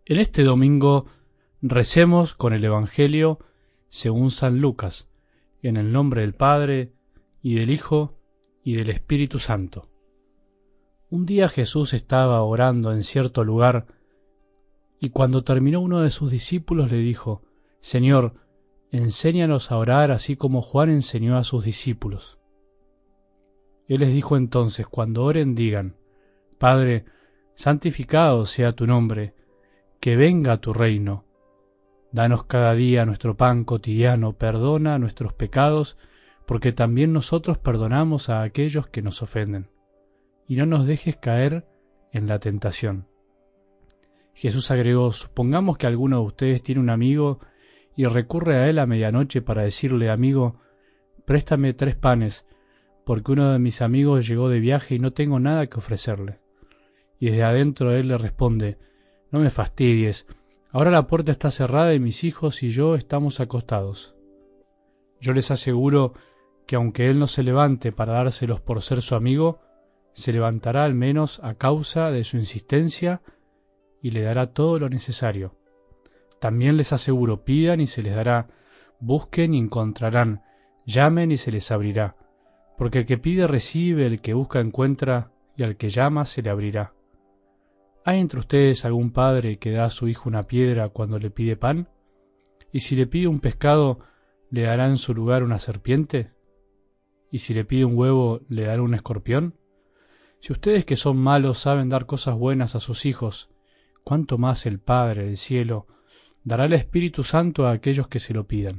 En este domingo recemos con el Evangelio según San Lucas, en el nombre del Padre, y del Hijo, y del Espíritu Santo. Un día Jesús estaba orando en cierto lugar, y cuando terminó uno de sus discípulos le dijo: Señor, enséñanos a orar así como Juan enseñó a sus discípulos. Él les dijo entonces: cuando oren digan: Padre, santificado sea tu nombre, que venga tu reino. Danos cada día nuestro pan cotidiano, perdona nuestros pecados, porque también nosotros perdonamos a aquellos que nos ofenden. Y no nos dejes caer en la tentación. Jesús agregó: supongamos que alguno de ustedes tiene un amigo y recurre a él a medianoche para decirle: amigo, préstame 3 panes, porque uno de mis amigos llegó de viaje y no tengo nada que ofrecerle. Y desde adentro él le responde: no me fastidies, ahora la puerta está cerrada y mis hijos y yo estamos acostados. Yo les aseguro que aunque él no se levante para dárselos por ser su amigo, se levantará al menos a causa de su insistencia y le dará todo lo necesario. También les aseguro: pidan y se les dará, busquen y encontrarán, llamen y se les abrirá, porque el que pide recibe, el que busca encuentra, y al que llama se le abrirá. ¿Hay entre ustedes algún padre que da a su hijo una piedra cuando le pide pan? ¿Y si le pide un pescado, le dará en su lugar una serpiente? ¿Y si le pide un huevo, le dará un escorpión? Si ustedes que son malos saben dar cosas buenas a sus hijos, ¿cuánto más el Padre del cielo dará el Espíritu Santo a aquellos que se lo pidan?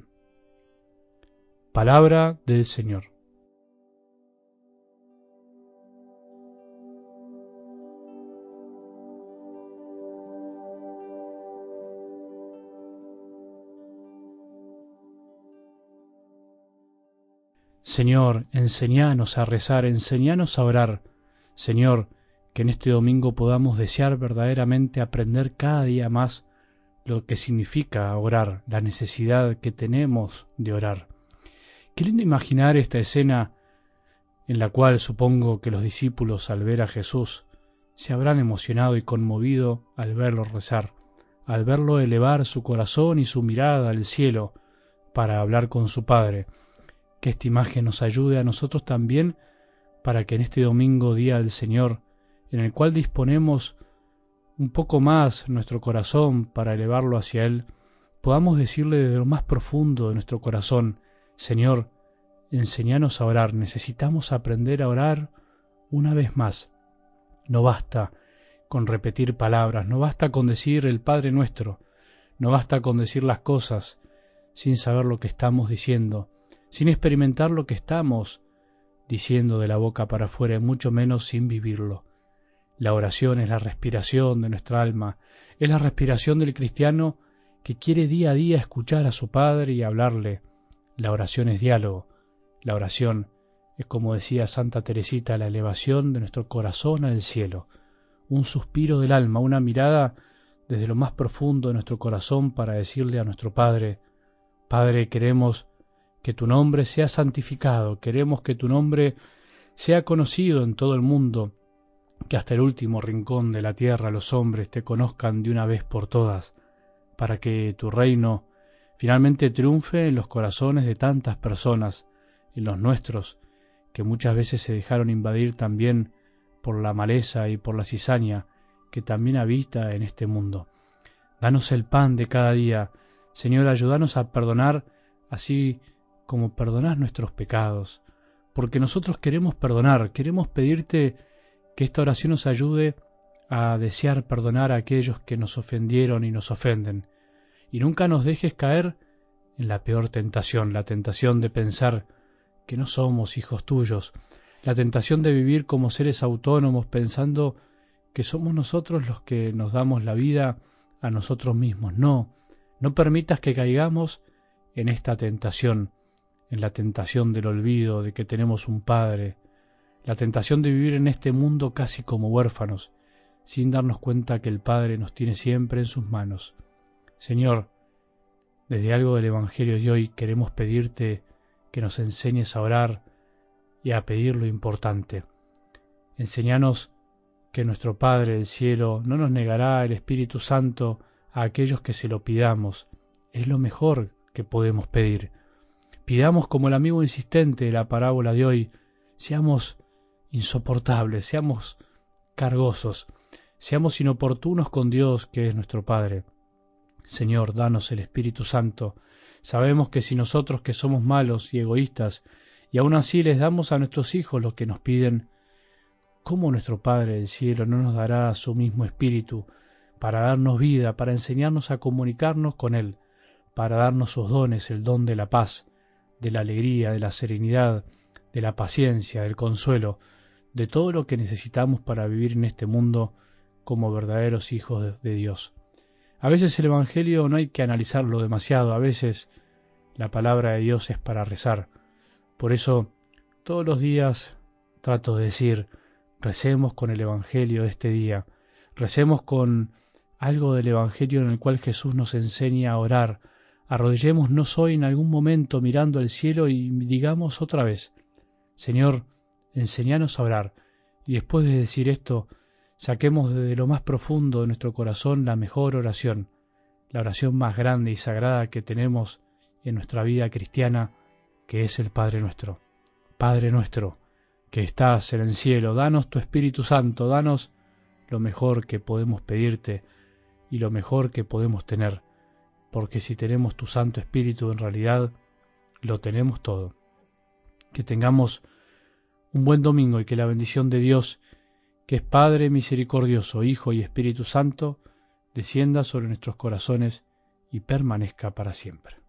Palabra del Señor. Señor, enséñanos a rezar, enséñanos a orar. Señor, que en este domingo podamos desear verdaderamente aprender cada día más lo que significa orar, la necesidad que tenemos de orar. Qué lindo imaginar esta escena en la cual supongo que los discípulos, al ver a Jesús, se habrán emocionado y conmovido al verlo rezar, al verlo elevar su corazón y su mirada al cielo para hablar con su Padre. Que esta imagen nos ayude a nosotros también para que en este domingo, día del Señor, en el cual disponemos un poco más nuestro corazón para elevarlo hacia Él, podamos decirle desde lo más profundo de nuestro corazón: Señor, enséñanos a orar, necesitamos aprender a orar una vez más. No basta con repetir palabras, no basta con decir el Padre Nuestro, no basta con decir las cosas sin saber lo que estamos diciendo, sin experimentar lo que estamos diciendo de la boca para afuera, y mucho menos sin vivirlo. La oración es la respiración de nuestra alma, es la respiración del cristiano que quiere día a día escuchar a su Padre y hablarle. La oración es diálogo, la oración es, como decía Santa Teresita, la elevación de nuestro corazón al cielo, un suspiro del alma, una mirada desde lo más profundo de nuestro corazón para decirle a nuestro Padre: Padre, queremos que tu nombre sea santificado, queremos que tu nombre sea conocido en todo el mundo, que hasta el último rincón de la tierra los hombres te conozcan de una vez por todas, para que tu reino finalmente triunfe en los corazones de tantas personas, en los nuestros, que muchas veces se dejaron invadir también por la maleza y por la cizaña que también habita en este mundo. Danos el pan de cada día, Señor, ayúdanos a perdonar así como perdonás nuestros pecados, porque nosotros queremos perdonar, queremos pedirte que esta oración nos ayude a desear perdonar a aquellos que nos ofendieron y nos ofenden, y nunca nos dejes caer en la peor tentación, la tentación de pensar que no somos hijos tuyos, la tentación de vivir como seres autónomos pensando que somos nosotros los que nos damos la vida a nosotros mismos. No permitas que caigamos en esta tentación, en la tentación del olvido de que tenemos un Padre, la tentación de vivir en este mundo casi como huérfanos, sin darnos cuenta que el Padre nos tiene siempre en sus manos. Señor, desde algo del Evangelio de hoy queremos pedirte que nos enseñes a orar y a pedir lo importante. Enséñanos que nuestro Padre del cielo no nos negará el Espíritu Santo a aquellos que se lo pidamos. Es lo mejor que podemos pedir. Pidamos como el amigo insistente de la parábola de hoy, seamos insoportables, seamos cargosos, seamos inoportunos con Dios, que es nuestro Padre. Señor, danos el Espíritu Santo. Sabemos que si nosotros, que somos malos y egoístas, y aún así les damos a nuestros hijos lo que nos piden, ¿cómo nuestro Padre del cielo no nos dará su mismo Espíritu para darnos vida, para enseñarnos a comunicarnos con Él, para darnos sus dones, el don de la paz, de la alegría, de la serenidad, de la paciencia, del consuelo, de todo lo que necesitamos para vivir en este mundo como verdaderos hijos de Dios? A veces el Evangelio no hay que analizarlo demasiado, a veces la palabra de Dios es para rezar. Por eso todos los días trato de decir, recemos con el Evangelio de este día, recemos con algo del Evangelio en el cual Jesús nos enseña a orar. Arrodillémonos hoy en algún momento mirando al cielo y digamos otra vez, Señor, enséñanos a orar. Y después de decir esto, saquemos desde lo más profundo de nuestro corazón la mejor oración, la oración más grande y sagrada que tenemos en nuestra vida cristiana, que es el Padre Nuestro. Padre nuestro, que estás en el cielo, danos tu Espíritu Santo, danos lo mejor que podemos pedirte y lo mejor que podemos tener, porque si tenemos tu Santo Espíritu, en realidad lo tenemos todo. Que tengamos un buen domingo y que la bendición de Dios, que es Padre misericordioso, Hijo y Espíritu Santo, descienda sobre nuestros corazones y permanezca para siempre.